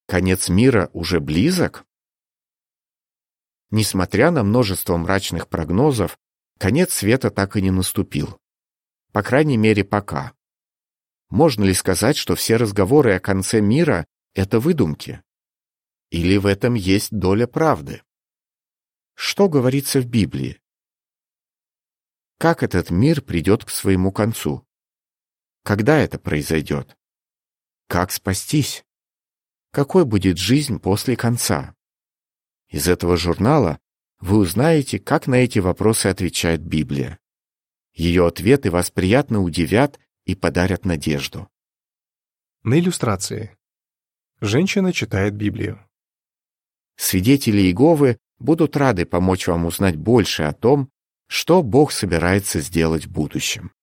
Конец мира уже близок? Несмотря на множество мрачных прогнозов, конец света так и не наступил. По крайней мере, пока. Можно ли сказать, что все разговоры о конце мира — это выдумки? Или в этом есть доля правды? Что говорится в Библии? Как этот мир придет к своему концу? Когда это произойдет? Как спастись? Какой будет жизнь после конца? Из этого журнала вы узнаете, как на эти вопросы отвечает Библия. Ее ответы вас приятно удивят и подарят надежду. На иллюстрации. Женщина читает Библию. Свидетели Иеговы будут рады помочь вам узнать больше о том, что Бог собирается сделать в будущем.